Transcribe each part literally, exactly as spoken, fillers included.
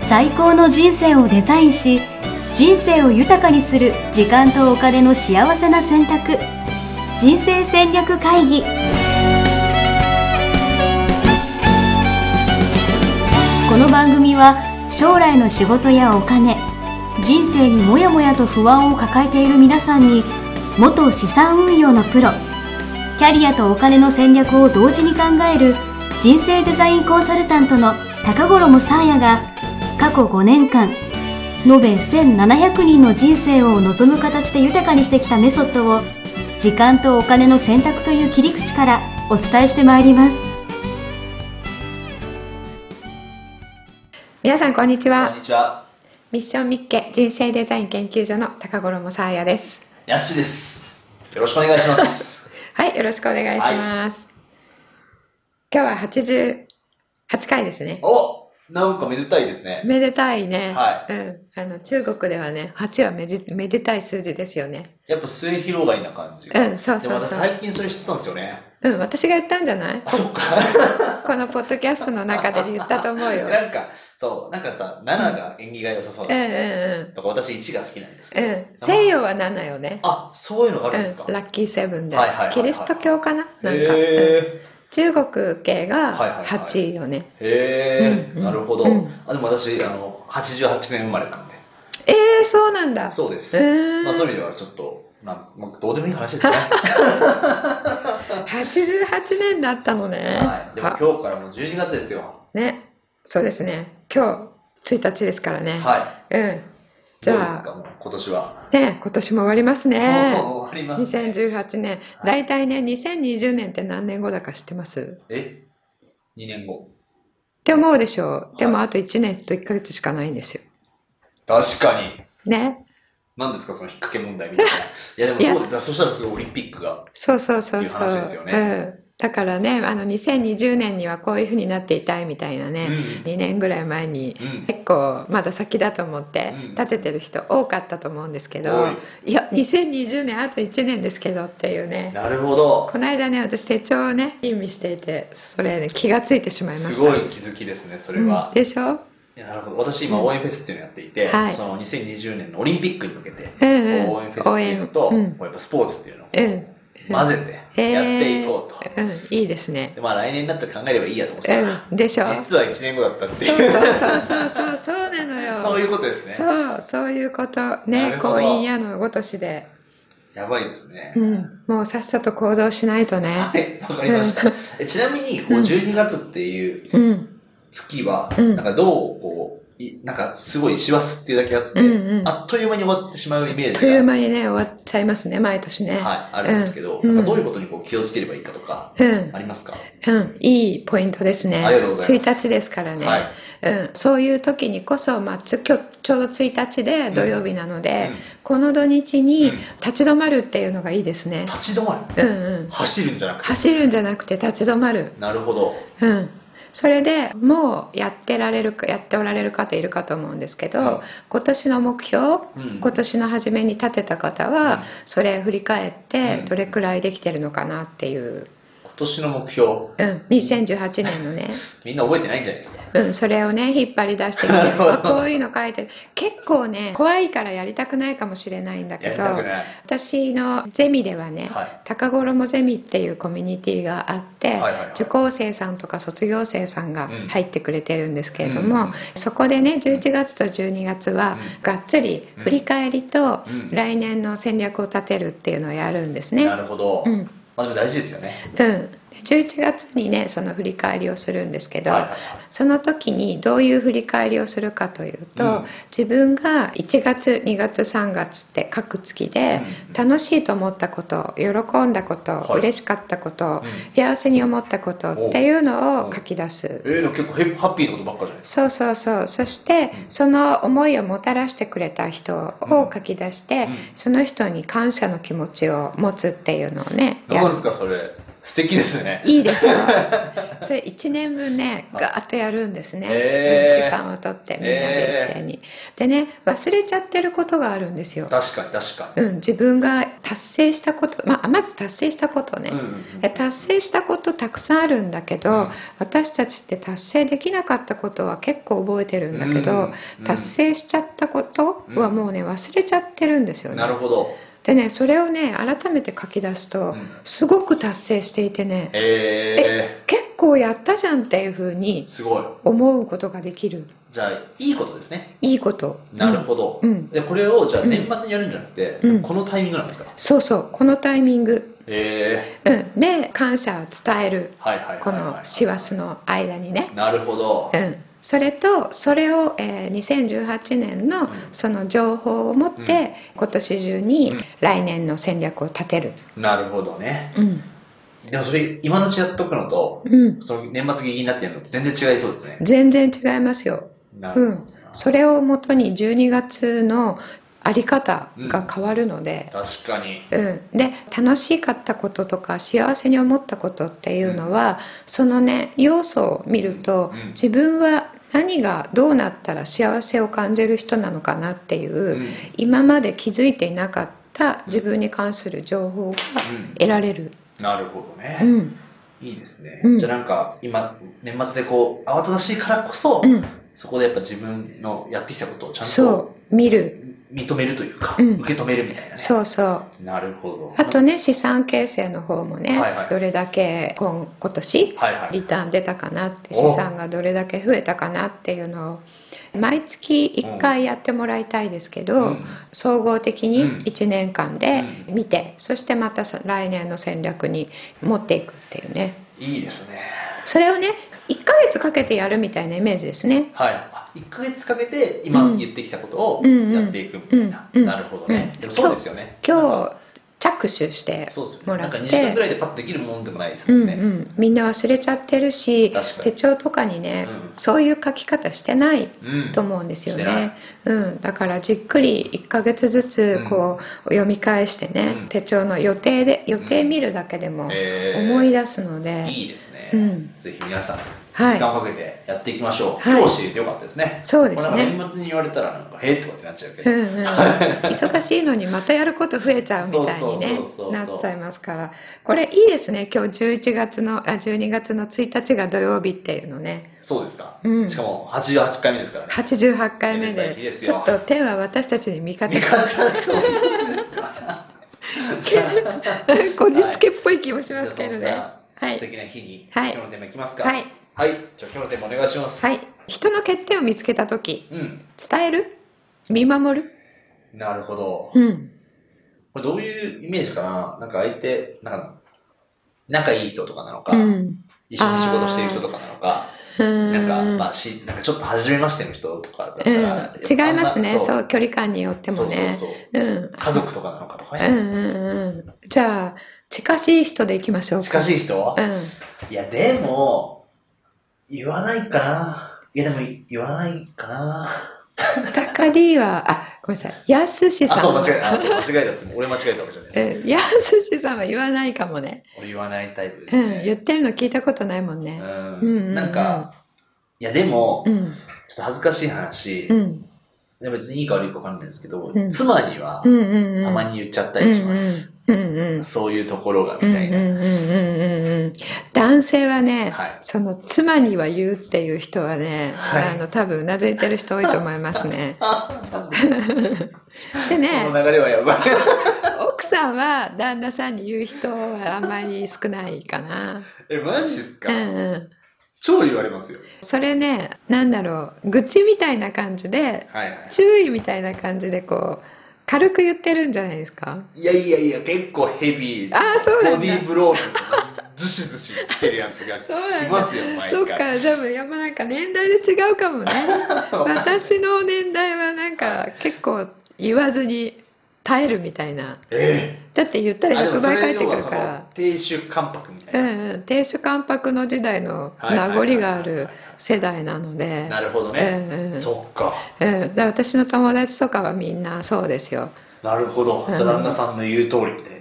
最高の人生をデザインし、人生を豊かにする時間とお金の幸せな選択、人生戦略会議。この番組は将来の仕事やお金、人生にもやもやと不安を抱えている皆さんに、元資産運用のプロ、キャリアとお金の戦略を同時に考える人生デザインコンサルタントの高頃もさあやが、過去ごねんかん延べせんななひゃくにんの人生を望む形で豊かにしてきたメソッドを、時間とお金の選択という切り口からお伝えしてまいります。 皆さんこんにちは。 こんにちは。 ミッションミッケ人生デザイン研究所の高頃もさあやです。 やっしーです。よろしくお願いしますはい、よろしくお願いします、はい、今日ははちじゅうはちかいですね。 お、なんかめでたいですね。 めでたいね。 はい。 うん。あの中国ではね、はちはめじめでたい数字ですよね。 やっぱ末広がりな感じが。 うん、そうそうそう。 でも私最近それ知ったんですよね。 うん、私が言ったんじゃない？ あ、そっか。 このポッドキャストの中で言ったと思うよ。 なんかそうなんかさ、ななが縁起が良さそうな、 うんうんうん。 とか私いちが好きなんですけど。 うん。西洋はななよね。 あ、そういうのがあるんですか。 うん、ラッキーセブンで、 はいはいはいはい、 キリスト教かな、なんか。 へー。 中国系がはちよね。 はいはいはい、へえ、うんうん、なるほど、うん、あでも私あのはちじゅうはちねん生まれなんで。 えー、そうなんだ。 そうです、えー、まあそういう意味ではちょっとなん、まあ、どうでもいい話ですねはちじゅうはちねんだったのね。 はい、でも今日からもうじゅうにがつですよね。そうですね、今日ついたちですからね。 はい、 うん。じゃあどうですか、もう今年はね、今年も終わりますね。 もう終わりますね。 にせんじゅうはちねん、だいたいねにせんにじゅうねんって何年後だか知ってます？ えにねんごって思うでしょう。でもあといちねんといっかげつしかないんですよ。 確かにね。 何ですかその引っ掛け問題みたいな。いやでもそうだ、そしたらすごいオリンピックがそうそうそうそうっていう話ですよね。 うん、だからね、あのにせんにじゅうねんにはこういう風になっていたいみたいなね、うん、にねんぐらい前に、うん、結構まだ先だと思って立ててる人多かったと思うんですけど、うん、いやにせんにじゅうねんあといちねんですけどっていうね。 なるほど。 この間ね、私手帳をね吟味していて、それ、ね、気がついてしまいました。 すごい気づきですねそれは、 うん、でしょ。 いやなるほど。私今応援フェスっていうのをやっていて、うん、はい、そのにせんにじゅうねんのオリンピックに向けて、うんうん、応援フェスっていうのと、うん、やっぱスポーツっていうのを、うん混ぜてやっていこうと、 うん、いいですね。 でまあ来年になったら考えればいいやと思ってたら、 うん、でしょ。 実はいちねんごだったっていう。 そうそうそうそうそうなのよ。 そういうことですね。 そうそういうことね。婚姻やのごとしでやばいですね、 うん、もうさっさと行動しないとね。 はい、わかりました。えちなみにこうじゅうにがつっていう月はなんかどうこうなんかすごい師走っていうだけあって、うんうん、あっという間に終わってしまうイメージがあっという間にね終わっちゃいますね、毎年ね。 はい、あるんですけど、うん、なんかどういうことにこう気をつければいいかとか、うん、ありますか？ うん、いいポイントですね。 ありがとうございます。 ついたちですからね、はい、うん、そういう時にこそ、まあ、つ今日ちょうどついたちで土曜日なので、うん、この土日に立ち止まるっていうのがいいですね。 立ち止まる？うんうん、走るんじゃなくて走るんじゃなくて立ち止まる。 なるほど。 うん、それでもうやってられるかやっておられる方いるかと思うんですけど、うん、今年の目標、うん、今年の初めに立てた方は、うん、それ振り返ってどれくらいできてるのかなっていう、 今年の目標、 うん、にせんじゅうはちねんのねみんな覚えてないんじゃないですか。 うん、それをね引っ張り出してきてこういうの書いてる。結構ね怖いからやりたくないかもしれないんだけど、私のゼミではね、はい、高頃もゼミっていうコミュニティがあって、はいはいはい、受講生さんとか卒業生さんが入ってくれてるんですけれども、うん、そこでねじゅういちがつとじゅうにがつは、うん、がっつり振り返りと来年の戦略を立てるっていうのをやるんですね。 なるほど、うん、まあ、でも大事ですよね。 うん、じゅういちがつにねその振り返りをするんですけど、はいはいはい、その時にどういう振り返りをするかというと、うん、自分がいちがつにがつさんがつって各月で楽しいと思ったこと、喜んだこと、はい、嬉しかったこと、うん、幸せに思ったことっていうのを書き出す。 えー、結構ハッピーなことばっかじゃないですか。そうそうそう。そして、うん、その思いをもたらしてくれた人を書き出して、うんうん、その人に感謝の気持ちを持つっていうのをね。 どうですかそれ。素敵ですね。 いいですよ。 それいちねんぶんねガーッとやるんですね、 えー、 時間をとってみんなで一斉に、えー、でね忘れちゃってることがあるんですよ。 確かに確かに、 うん、自分が達成したこと、まあ、まず達成したことね、うんうんうん、達成したことたくさんあるんだけど、うん、私たちって達成できなかったことは結構覚えてるんだけど、うんうん、達成しちゃったことはもうね忘れちゃってるんですよね。 なるほど。 でね、それをね改めて書き出すと、うん、すごく達成していてね、 えー、 え結構やったじゃんっていうふうに思うことができる。 じゃあいいことですね。 いいこと。 なるほど、うん、でこれをじゃあ年末にやるんじゃなくて、うん、このタイミングなんですか？ そうそう、このタイミング、 えーうん、で感謝を伝える、 はいはいはいはい、 この師走の間にね。 なるほど、 うん、それとそれを、えー、にせんじゅうはちねんのその情報を持って、うん、今年中に来年の戦略を立てる、 うん、なるほどね、 うん、 でもそれ今のうちやっとくのと、うん、その年末ギリギリになってやるのって全然違いそうですね。 全然違いますよ。 なるほど、うん、 それをもとにじゅうにがつのあり方が変わるので、 うん、確かに、 うん、で楽しかったこととか幸せに思ったことっていうのは、うん、そのね要素を見ると、うん、自分は何がどうなったら幸せを感じる人なのかなっていう、うん、今まで気づいていなかった自分に関する情報が得られる、 うん、なるほどね、 うん、 いいですね、うん、じゃあなんか今年末でこう慌ただしいからこそ、うん、そこでやっぱ自分のやってきたことをちゃんとそう見る認めるというか、うん、受け止めるみたいなね。 そうそう。 なるほど。 あとね、資産形成の方もね、 はいはい、 どれだけ今、今年、はいはい、リターン出たかなって、資産がどれだけ増えたかなっていうのを、毎月いっかいやってもらいたいですけど、うん、総合的にいちねんかんで見て、うん、そしてまた来年の戦略に持っていくっていうね。 いいですね。 それをね、いっかげつかけてやるみたいなイメージですね。 はい。いっかげつかけて今言ってきたことをやっていくみたいな。うんうん、なるほどね。うん、でもそうですよね。 今日着手してもらって、 なんかにじかんぐらいでパッとできるものでもないですもんね。 うんうん、みんな忘れちゃってるし、手帳とかにね、うん、そういう書き方してないと思うんですよね。うん、うん、だからじっくりいっかげつずつこう読み返してね、うん、手帳の予定で予定見るだけでも思い出すので、 うんえー、いいですね。 うん、 ぜひ皆さん時間をかけてやっていきましょう。はい、今日知れてよかったですね。 そうですね。 年末に言われたらなんかへーとかってなっちゃうけど、 うんうん、忙しいのにまたやること増えちゃうみたいにねなっちゃいますから、これいいですね。今日じゅういちがつのあじゅうにがつのついたちが土曜日っていうのね。 そうですか。 うん、 しかもはちじゅうはちかいめですからね。 はちじゅうはちかいめでちょっと天は私たちに味方。 味方そうですか。 こじつけっぽい気もしますけどね。 はい、素敵な日に、 はい、 今日のテーマいきますか。 はい。 はい、じゃあ今日のテーマお願いします。 はい、人の欠点を見つけたとき、 うん、 伝える、見守る。 なるほど。 うん。 これどういうイメージかな。なんか相手なんか仲いい人とかなのか、 うん、 一緒に仕事してる人とかなのか、なんかまあしなんかちょっと初めましての人とかだったら、うん、 違いますね。そう、そう距離感によってもね。 そうそうそう。うん、家族とかなのかとかね。 うんうんうん。じゃあ近しい人でいきましょうか。 近しい人？ うん。 いやでも。言わないかな。いやでも言わないかな。 高 D は、あ、ごめんなさい。やすしさん。 あ、そう、間違えた。そう、間違えたって、俺間違えたわけじゃないです。 やすしさんは言わないかもね。 俺言わないタイプですね。 うん、言ってるの聞いたことないもんね。 うん。うんうんうん、なんか、いやでも、うん、ちょっと恥ずかしい話、うん、いや別にいいか悪いか分かんないですけど、うん、妻には、たまに言っちゃったりします。 うんうん、 そういうところがみたいな。 男性はね、 はい、 その妻には言うっていう人はね、はい、あの多分うなずいてる人多いと思いますね。でね、 この流れはやばい。 奥さんは旦那さんに言う人はあんまり少ないかな。 え、マジですか？ うんうん、 超言われますよ。 それね、なんだろう、愚痴みたいな感じで、 はいはい、 注意みたいな感じでこう軽く言ってるんじゃないですか？ いやいやいや、結構ヘビー。 ああ、そうなんだ。 ボディーブローとかずしずし来てるやつがいますよ、毎回。 そっか、でもやっぱなんか年代で違うかもね。私の年代はなんか結構言わずに耐えるみたいな。 えー、だって言ったらひゃくばい返ってくるから。 亭主関白みたいな。 うんうん、亭主関白の時代の名残がある世代なので。 なるほどね。 うんうん、 そっか。 うん、だ私の友達とかはみんなそうですよ。 なるほど。じゃあ旦那さんの言う通りみたいな。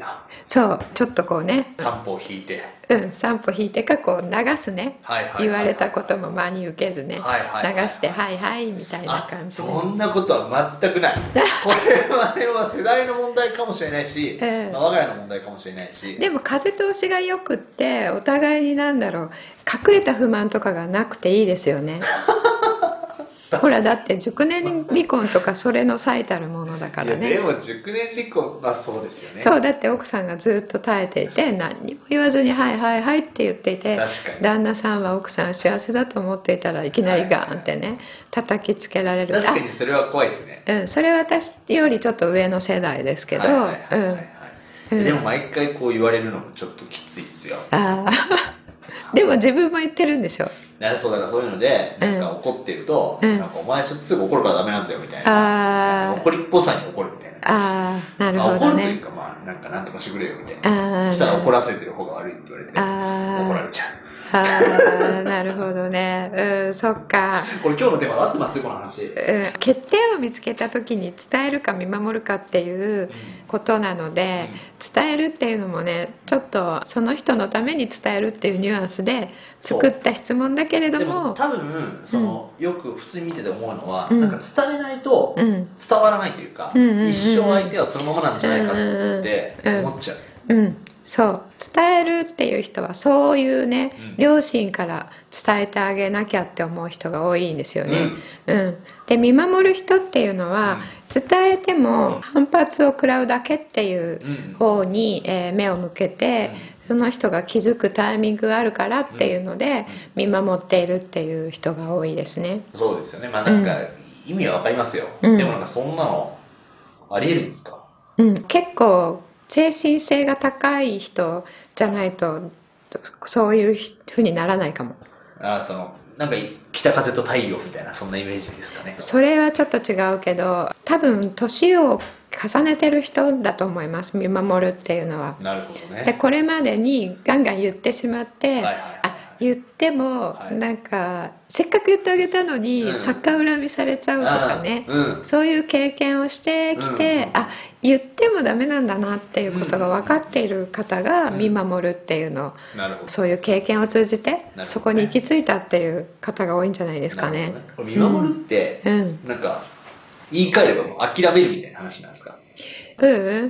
そうちょっとこうね三歩引いてうん三歩引いてかこう流すね、 はいはいはいはい、 言われたことも真に受けずね、 はいはいはいはい、 流してはいはいみたいな感じで。 そんなことは全くないこれは、ね、は世代の問題かもしれないし、うんまあ、我が家の問題かもしれないし、 でも風通しがよくってお互いになんだろう隠れた不満とかがなくていいですよねほらだって熟年離婚とかそれの最たるものだからね。 いやでも熟年離婚はそうですよね。 そうだって奥さんがずっと耐えていて何にも言わずにはいはいはいって言っていて、旦那さんは奥さん幸せだと思っていたらいきなりガーンってね、はいはいはい、叩きつけられる。 確かにそれは怖いですね。 うん、それは私よりちょっと上の世代ですけど、 でも毎回こう言われるのもちょっときついっすよ。 ああでも自分も言ってるんでしょ。 そうだからそういうのでなんか怒ってると、うん、なんかお前ちょっとすぐ怒るからダメなんだよみたいな、怒りっぽさに怒るみたいな。 ああなるほどね。 怒るというかまあなんかなんとかしてくれよみたいな。したら怒らせてる方が悪いって言われて怒られちゃう。 ああなるほどね。うんそっか。 これ今日のテーマで合ってますよこの話。うん欠点を見つけた時に伝えるか見守るかっていうことなので、うん、伝えるっていうのもねちょっとその人のために伝えるっていうニュアンスで作った質問だけれども、 でも多分その、うん、よく普通に見てて思うのは、うん、なんか伝えないと伝わらないというか、うん、一生相手はそのままなんじゃないかって思っちゃう。 うん、うんそう伝えるっていう人はそういうね、うん、両親から伝えてあげなきゃって思う人が多いんですよね、うんうん、で見守る人っていうのは、うん、伝えても反発を食らうだけっていう方に、うんえー、目を向けて、うん、その人が気づくタイミングがあるからっていうので、うん、見守っているっていう人が多いですね。 そうですよね。まあなんか意味はわかりますよ、うん、でもなんかそんなのありえるんですか？ うん、結構精神性が高い人じゃないとそういうふうにならないかも。 ああそのなんか北風と太陽みたいなそんなイメージですかね。 それはちょっと違うけど多分年を重ねてる人だと思います見守るっていうのは。 なるほどね。 でこれまでにガンガン言ってしまって、はいはいはい、あ言っても、はい、なんかせっかく言ってあげたのに、うん、逆恨みされちゃうとかね、うん、そういう経験をしてきて、うん、あ言ってもダメなんだなっていうことが分かっている方が見守るっていうの、うん、そういう経験を通じて、ね、そこに行き着いたっていう方が多いんじゃないですかね。 ねこれ見守るって、うん、なんか言い換えればもう諦めるみたいな話なんですか？ うん、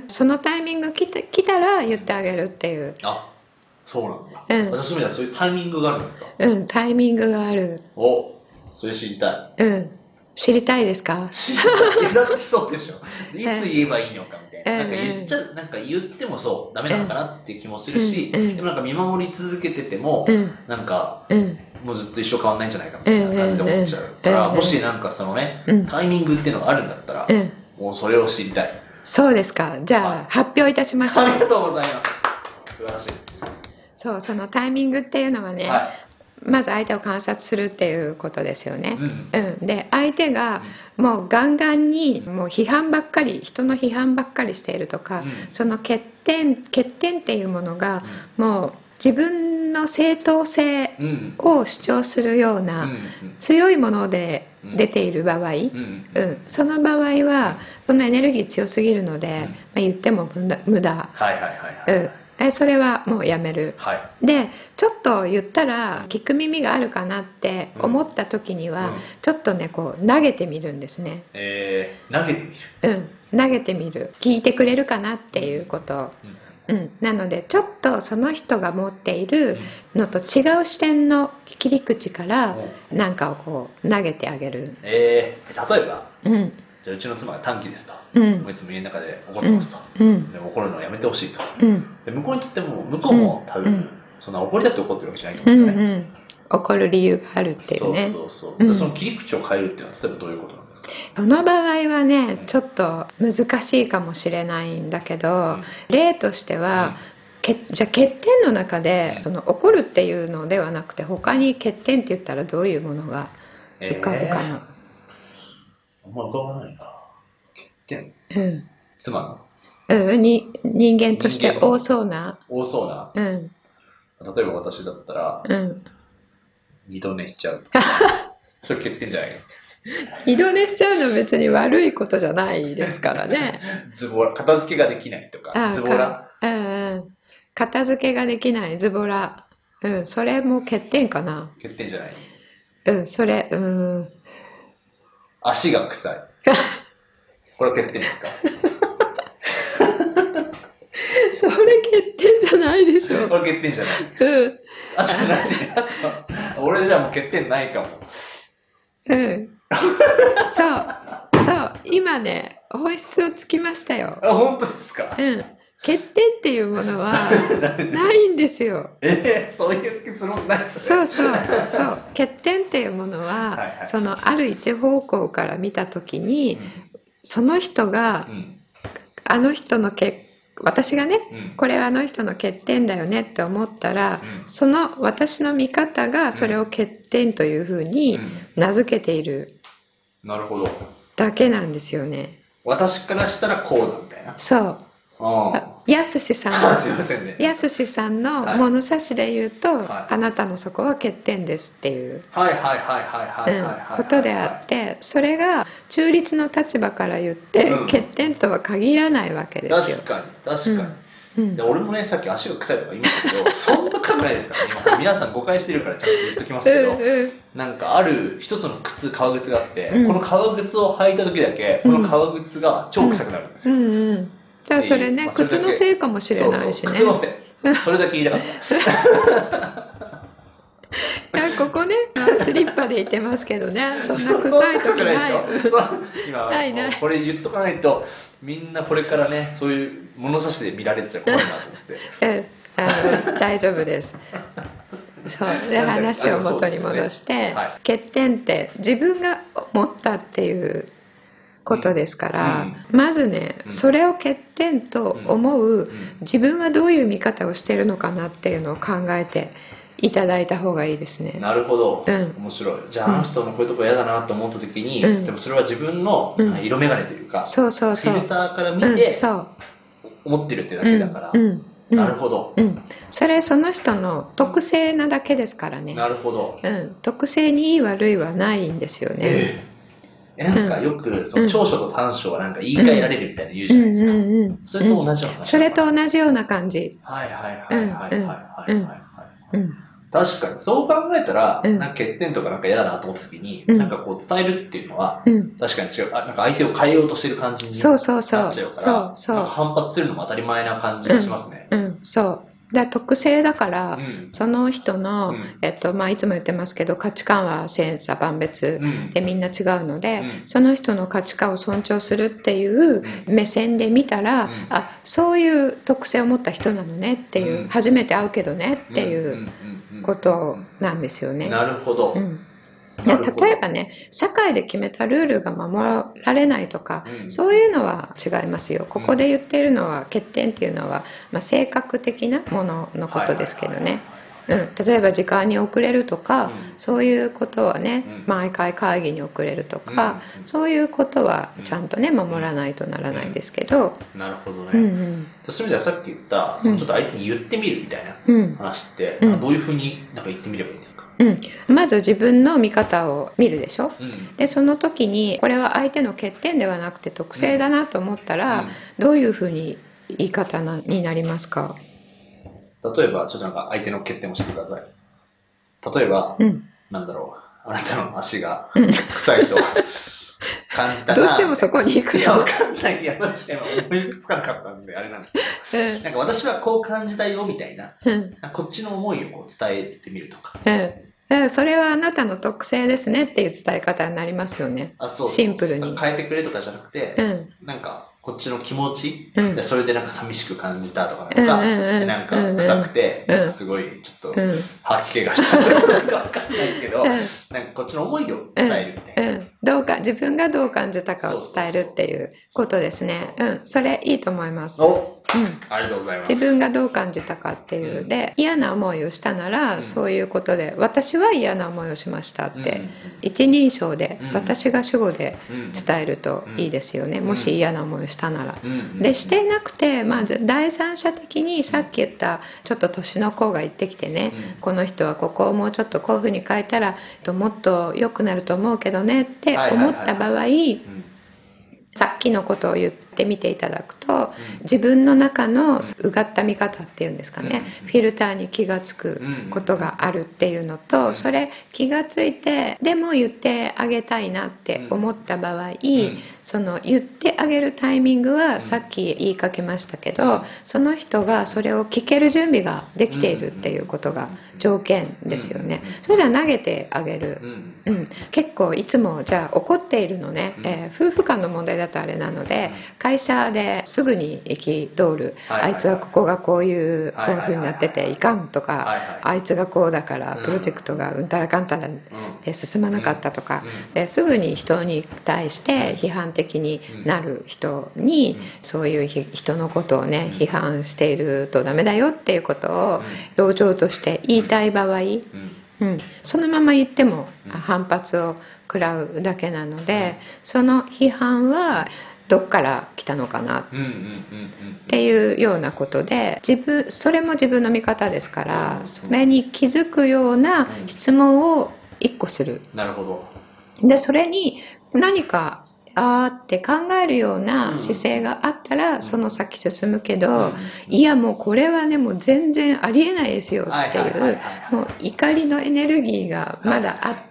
そのタイミング来た、来たら言ってあげるっていう。 あそうなんだ、うん、私みたいなそういうタイミングがあるんですか？ うんタイミングがある。 おそれ知りたい。うん知りたいですか？ 知りたいだってそうでしょいつ言えばいいのかみたいな、うん、なんか言っちゃなんか言ってもそうダメなのかなっていう気もするし、うん、でもなんか見守り続けてても、うん、なんか、うん、もうずっと一生変わんないんじゃないかみたいな感じで思っちゃうから、うん、もしなんかそのね、うん、タイミングっていうのがあるんだったら、うん、もうそれを知りたい。 そうですか。じゃあ、はい、発表いたしましょう。 ありがとうございます。素晴らしい。 そうそのタイミングっていうのはね、はいまず相手を観察するっていうことですよね、うんうん、で相手がもうガンガンにもう批判ばっかり人の批判ばっかりしているとか、うん、その欠点欠点っていうものがもう自分の正当性を主張するような強いもので出ている場合、うんうん、その場合はそのエネルギー強すぎるので、まあ、言っても無駄、無駄、はいはいはいはい、うんえそれはもうやめる、はい、でちょっと言ったら聞く耳があるかなって思った時には、うん、ちょっとねこう投げてみるんですね。 えー、投げてみる、 うん、投げてみる聞いてくれるかなっていうこと、うんうん、なのでちょっとその人が持っているのと違う視点の切り口から何かをこう投げてあげる。 えー、例えば、うんじゃあうちの妻が短気ですと、うん、いつも家の中で怒ってますと、うん、でも怒るのはやめてほしいと、うん、で向こうにとっても向こうも多分、うん、そんな怒りたくて怒ってるわけじゃないと思うんですよね、うんうん、 怒る理由があるっていうね。 そうそうそう、うん、その切り口を変えるっていうのは例えばどういうことなんですか？ その場合はねちょっと難しいかもしれないんだけど、うん、例としては、うん、けじゃあ欠点の中で、うん、その怒るっていうのではなくて他に欠点って言ったらどういうものが浮かぶかな、えーあんま浮かばないな。欠点、うん、妻の、 うん、に人間として多そうな多そうな、うん、例えば私だったら、うん、二度寝しちゃうそれ欠点じゃない二度寝しちゃうのは別に悪いことじゃないですからね。 ズボラ、片付けができないとか、ズボラ。 うんうん。片付けができないズボラ。うん、それも欠点かな。 欠点じゃない。 うん、それ、うん。 足が臭い。これは欠点ですか？ それ欠点じゃないでしょ。 これ欠点じゃない。 うん。 あと何？あと、俺じゃもう欠点ないかも。 うん。そう。そう。今ね、本質をつきましたよ。 あ、本当ですか？ うん。欠点っていうものはないんですよ。 えー、そういう結論ないですね。そうそうそう。欠点っていうものは、はいはい、そのある一方向から見たときに、うん、その人が、うん、あの人の欠私がね、うん、これはあの人の欠点だよねって思ったら、うん、その私の見方がそれを欠点というふうに名付けている、 うん、なるほどだけなんですよね。 私からしたらこうだみたいな。 そう。やすしさんの、 すいませんね。 やすしさんの物差しで言うと、はい、あなたのそこは欠点ですっていう、 はいはいはいはいはいはいことであって、それが中立の立場から言って、うん、欠点とは限らないわけですよ。 確かに確かに。うん、で俺もねさっき足が臭いとか言いましたけどそんなことないですからね。今皆さん誤解してるからちゃんと言っときますけど、うんうん、なんかある一つの靴革靴があって、うん、この革靴を履いた時だけこの革靴が超臭くなるんですよ。 うんうんうん、だからそれね、まあ、それ靴のせいかもしれないしね。 そうそう、靴のせい。それだけ言いたかった。 ここね、スリッパでいてますけどね、そんな臭い時ない。 今ないない。これ言っとかないと、みんなこれからね、そういう物差しで見られてたら怖いなと思って。 うん、あの大丈夫です。そうで話を元に戻して、ねはい、欠点って自分が持ったっていうことですから、うん、まずね、うん、それを欠点と思う、うん、自分はどういう見方をしてるのかなっていうのを考えていただいた方がいいですね。 なるほど、うん、面白い。じゃああの人のこういうとこ嫌だなと思った時に、うん、でもそれは自分の色眼鏡というか、うん、そうそうそう、フィルターから見て、うん、そう思ってるってだけだから、うんうんなるほど、 うん、それその人の特性なだけですからね。 なるほど、 うん、特性にいい悪いはないんですよね。 えー、なんかよくその長所と短所はなんか言い換えられるみたいな言うじゃないですか、うんうんうん、それと同じような感じ、 それと同じような感じ。 はいはいはいはいはいはいはい。確かにそう考えたら、うん、なんか欠点とかなんか嫌だなと思った時に、うん、なんかこう伝えるっていうのは、うん、確かに違う、あ、なんか相手を変えようとしてる感じになっちゃうから、そうそうそうそうそう、なんか反発するのも当たり前な感じがしますね。 うん、うん、そうだ特性だから、うん、その人の、うんえっとまあ、いつも言ってますけど価値観は千差万別でみんな違うので、うん、その人の価値観を尊重するっていう目線で見たら、うん、あそういう特性を持った人なのねっていう、うん、初めて会うけどねっていうことなんですよね。 なるほど、 うん例えばね社会で決めたルールが守られないとか、うん、そういうのは違いますよ。ここで言っているのは欠点っていうのは、まあ、性格的なもののことですけどね、うん、例えば時間に遅れるとか、うん、そういうことはね、うん、毎回会議に遅れるとか、うん、そういうことはちゃんとね守らないとならないんですけど、 うん、なるほどね、うんうん、そういう意味ではさっき言ったそのちょっと相手に言ってみるみたいな話って、うん、どういうふうになんか言ってみればいいんですか？ うん、まず自分の見方を見るでしょ、うん、でその時にこれは相手の欠点ではなくて特性だなと思ったら、うん、どういうふうに言い方なになりますか？ 例えばちょっとなんか相手の欠点をしてください。例えば、うん、なんだろうあなたの足が臭いと感じたなどうしてもそこに行くの？ いやわかんない。いやそれしか今思いつかなかったんであれなんですけど、うん、なんか私はこう感じたよみたいな、うん、こっちの思いをこう伝えてみるとか、 うん、それはあなたの特性ですねっていう伝え方になりますよね。あそうそうシンプルに変えてくれとかじゃなくて、うん、なんかこっちの気持ち、うん、でそれでなんか寂しく感じたとかなんか、うんうんうん、なんか臭くて、うん、なんかすごいちょっと吐き気がしたとかなんかわかんないけど、うん、なんかこっちの思いを伝えるみたいな、うんうん、 どうか自分がどう感じたかを伝えるっていうことですね。うん、それいいと思います。 おありがとうございます。 自分がどう感じたかっていう、うん、で嫌な思いをしたなら、うん、そういうことで私は嫌な思いをしましたって、うん、一人称で、うん、私が主語で伝えるといいですよね、うん、もし嫌な思いをしたなら、うん、でしていなくて、まあ、第三者的にさっき言ったちょっと年の子が言ってきてね、うん、この人はここをもうちょっとこういうふうに変えたらもっと良くなると思うけどねって思った場合、さっきのことを言ってみていただくと、うん、自分の中のうがった見方っていうんですかね、うん、フィルターに気がつくことがあるっていうのと、うん、それ気がついてでも言ってあげたいなって思った場合、うん、その言ってあげるタイミングはさっき言いかけましたけど、うん、その人がそれを聞ける準備ができているっていうことが条件ですよね、うん、それじゃあ投げてあげる、うんうん、結構いつもじゃあ怒っているのね、えー、夫婦間の問題だとあれなので、会社ですぐに憤る、はいはいはい、あいつはここがこういう、こういう風になってていかんとか、はいはい、あいつがこうだからプロジェクトがうんたらかんたらで進まなかったとか、うん、ですぐに人に対して批判的になる人に、うん、そういう人のことをね、うん、批判しているとダメだよっていうことを同情として言いたい場合、うんうん、そのまま言っても反発を食らうだけなので、その批判はどっから来たのかなっていうようなことで、自分それも自分の見方ですから、それに気づくような質問を一個する。 なるほど。 でそれに何かあーって考えるような姿勢があったらその先進むけど、いやもうこれはねもう全然ありえないですよっていうもう怒りのエネルギーがまだあって、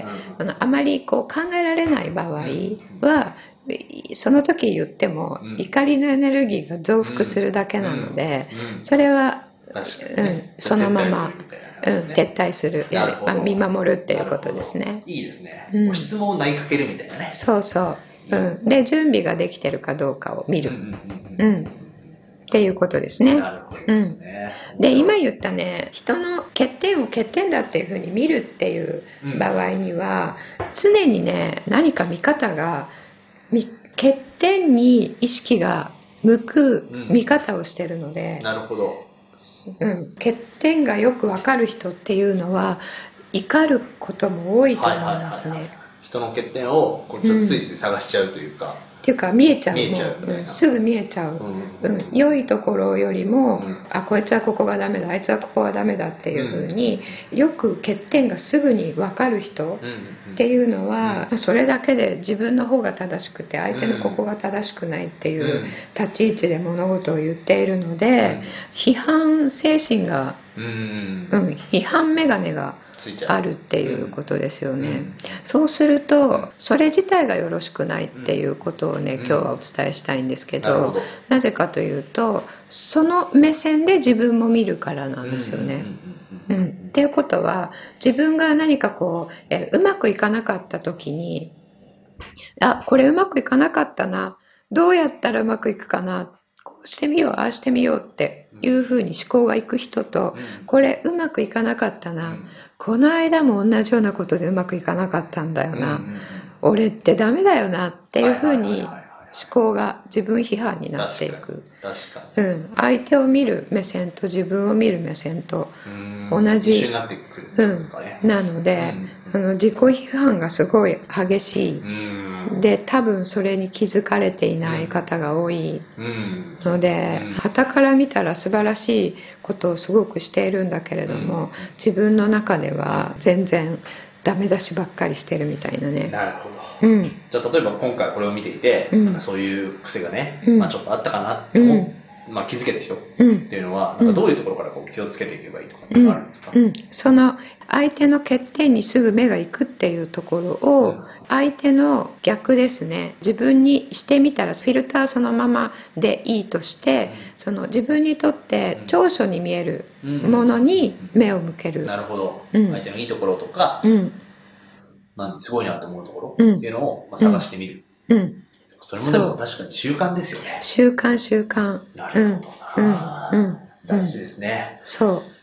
あまりこう考えられない場合はその時言っても怒りのエネルギーが増幅するだけなので、それは、うん、そのままうん、撤退する、やる、見守るっていうことですね。 いいですね、うん、質問を投げかけるみたいなね。 そうそう、うん、で準備ができてるかどうかを見る、うんうんうんうん、っていうことですね。 なるほどですね、 うん、で今言ったね、人の欠点を欠点だっていうふうに見るっていう場合には、うん、常にね何か見方が欠点に意識が向く見方をしてるので、 うん、なるほど、 うん、欠点がよく分かる人っていうのは怒ることも多いと思いますね、はいはいはいはい、 人の欠点をこうちょっとついつい探しちゃうというか、うん、 っていうか見えちゃう、 見えちゃうみたいな、 うん、すぐ見えちゃう、うんうん、良いところよりも、うん、あこいつはここがダメだ、あいつはここがダメだっていうふうに、うん、よく欠点がすぐに分かる人っていうのは、うん、それだけで自分の方が正しくて相手のここが正しくないっていう立ち位置で物事を言っているので、うん、批判精神が、うんうん、批判眼鏡があるっていうことですよね、うん、そうするとそれ自体がよろしくないっていうことをね、うん、今日はお伝えしたいんですけど、うん、なぜかというとその目線で自分も見るからなんですよね、うんうん、っていうことは自分が何かこうえうまくいかなかった時に、あこれうまくいかなかったな、どうやったらうまくいくかな、こうしてみようああしてみようっていうふうに思考がいく人と、うん、これうまくいかなかったな、うん、この間も同じようなことでうまくいかなかったんだよな、うんうんうん、俺ってダメだよなっていうふうに思考が自分批判になっていく。 確かに、 うん、相手を見る目線と自分を見る目線と同じ一緒になってくるんですかね、 うん、なので、うん、あの自己批判がすごい激しい、うん、で多分それに気づかれていない方が多いので、うんうん、傍から見たら素晴らしいことをすごくしているんだけれども、うん、自分の中では全然ダメ出しばっかりしてるみたいなね。 なるほど、うん、じゃあ例えば今回これを見ていて、うん、なんかそういう癖がね、うんまあ、ちょっとあったかなって思う、うんまあ、気づけた人っていうのは、うん、なんかどういうところからこう気をつけていけばいいとかってあるんですか、 うんうん、その相手の欠点にすぐ目がいくっていうところを、相手の逆ですね、自分にしてみたらフィルターそのままでいいとして、その自分にとって長所に見えるものに目を向ける、うん、 なるほど、うん、相手のいいところとか、うんまあ、すごいなと思うところっていうのをまあ探してみる、うんうん、それもでも確かに習慣ですよね。 習慣習慣なるほどな、うんうん、大事ですね、 そう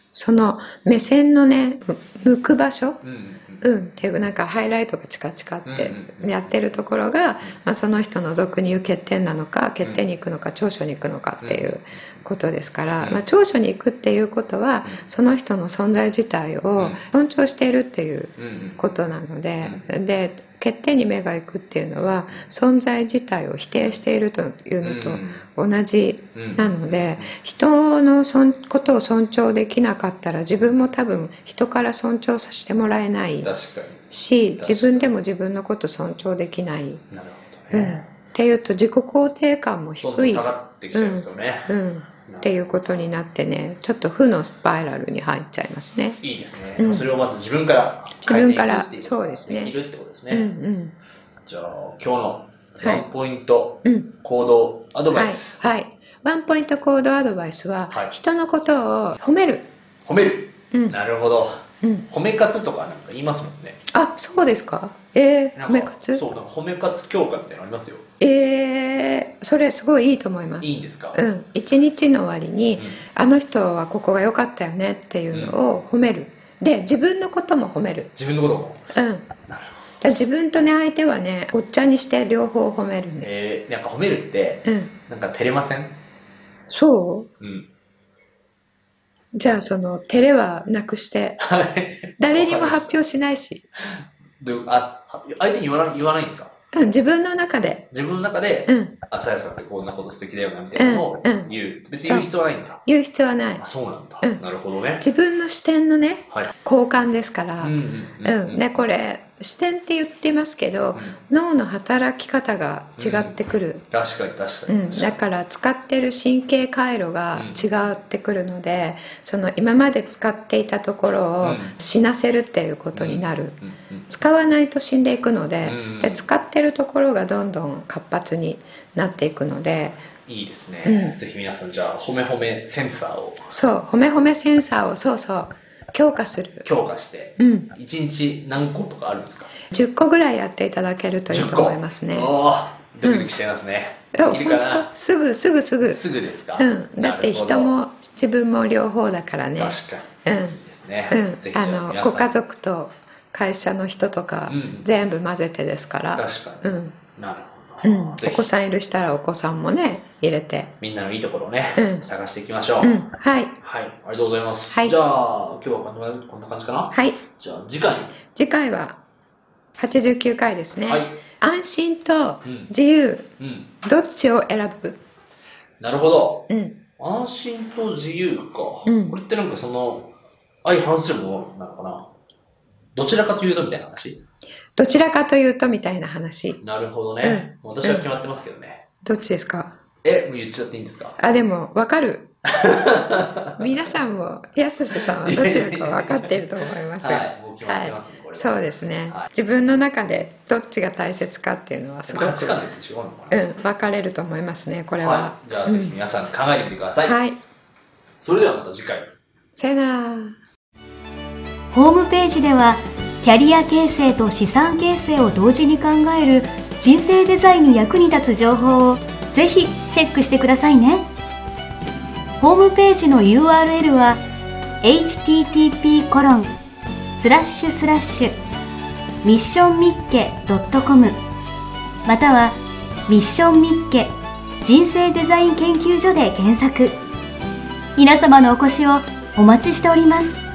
その目線のね向く場所、うんうん、っていうなんかハイライトがチカチカってやってるところが、まあ、その人の俗に言う欠点なのか欠点に行くのか長所に行くのかっていうことですから、まあ、長所に行くっていうことはその人の存在自体を尊重しているっていうことなので、で欠点に目が行くっていうのは存在自体を否定しているというのと同じなので、人のそんことを尊重できなかったら自分も多分人から尊重させてもらえないし、自分でも自分のこと尊重できない。なるほどね。うん、っていうと自己肯定感も低い。どんどん下がってきちゃいますよね。 うんうんっていうことになってね、ちょっと負のスパイラルに入っちゃいますね。 いいですね。うん、それをまず自分から変えていくっていうことができるってことですね。うんうん、じゃあ今日のワンポイント行動アドバイス。 はい。はいはい、ワンポイント行動アドバイスは、はい、人のことを褒める。 褒める。うん、なるほど。うん、褒め活とかなんか言いますもんね。 あ、そうですか。えー、褒め活。 そう、なんか褒め活強化みたいなのありますよ。 えー、それすごいいいと思います。 いいんですか。 うん、一日の終わりに、うん、あの人はここが良かったよねっていうのを褒める。うん、で、自分のことも褒める。 自分のことも。 うん。なるほど。自分とね相手はねごっちゃにして両方褒めるんです。 えー、なんか褒めるって、うん、なんか照れません？ そう。うん。じゃあその照れはなくして誰にも発表しないしであ相手に言わない言わないんですか？ うん、自分の中で自分の中で、うん、あさやさんってこんなこと素敵だよなみたいなのを言う、うんうん、別に言う必要はないんだ。 言う必要はない。 あ、そうなんだ、うん、なるほどね。 自分の視点のね、はい、交換ですからね、これ視点って言ってますけど、うん、脳の働き方が違ってくる、うん、 確かに確かに、うん、 だから使ってる神経回路が違ってくるので、うん、その今まで使っていたところを死なせるっていうことになる、うんうん、使わないと死んでいくので、うん、で使ってるところがどんどん活発になっていくのでいいですね、うん、ぜひ皆さんじゃあ褒め褒めセンサーをそう褒め褒めセンサーをそうそう強化する強化して、うん、いちにち何個とかあるんですか？ じゅっこぐらいやっていただけるといいと思いますね。 おードキドキしちゃいますね、うん、いるかな？ すぐすぐすぐすぐですか？ うん、だって人も自分も両方だからね。 確かに、うん、いいですね、 うん、ぜひあのご家族と会社の人とか、うん、全部混ぜてですから。 確かに、うん、なるほど。 うん、お子さんいるしたらお子さんもね入れてみんなのいいところをね、うん、探していきましょう、 うん、はい、 はい、ありがとうございます、はい、じゃあ今日はこんな、こんな感じかな。 はい。 じゃあ次回次回ははちじゅうきゅうかいですね、はい、安心と自由、うんうん、どっちを選ぶ？ なるほど、うん、安心と自由か、うん、これってなんかその相反するものなのかな？どちらかというとみたいな話？ どちらかというとみたいな話。 なるほどね、うん、私は決まってますけどね、 うん、どっちですか？ え、もう言っちゃっていいんですか？ あ、でも分かる皆さんもやすしさんはどちらか分かっていると思いますが、 はい、もう決まってますね、はい、これは。 そうですね、はい、自分の中でどっちが大切かっていうのはすごく価値観って違うのかな、 うん、分かれると思いますね、これは、 はい、じゃあぜひ皆さん考えてみてください、うん、はい。それではまた次回、 さよなら。 ホームページではキャリア形成と資産形成を同時に考える人生デザインに役に立つ情報をぜひチェックしてくださいね。ホームページの ユーアールエル は エイチティーティーピーコロンスラッシュスラッシュミッションミッケドットコム またはミッションミッケ人生デザイン研究所で検索。皆様のお越しをお待ちしております。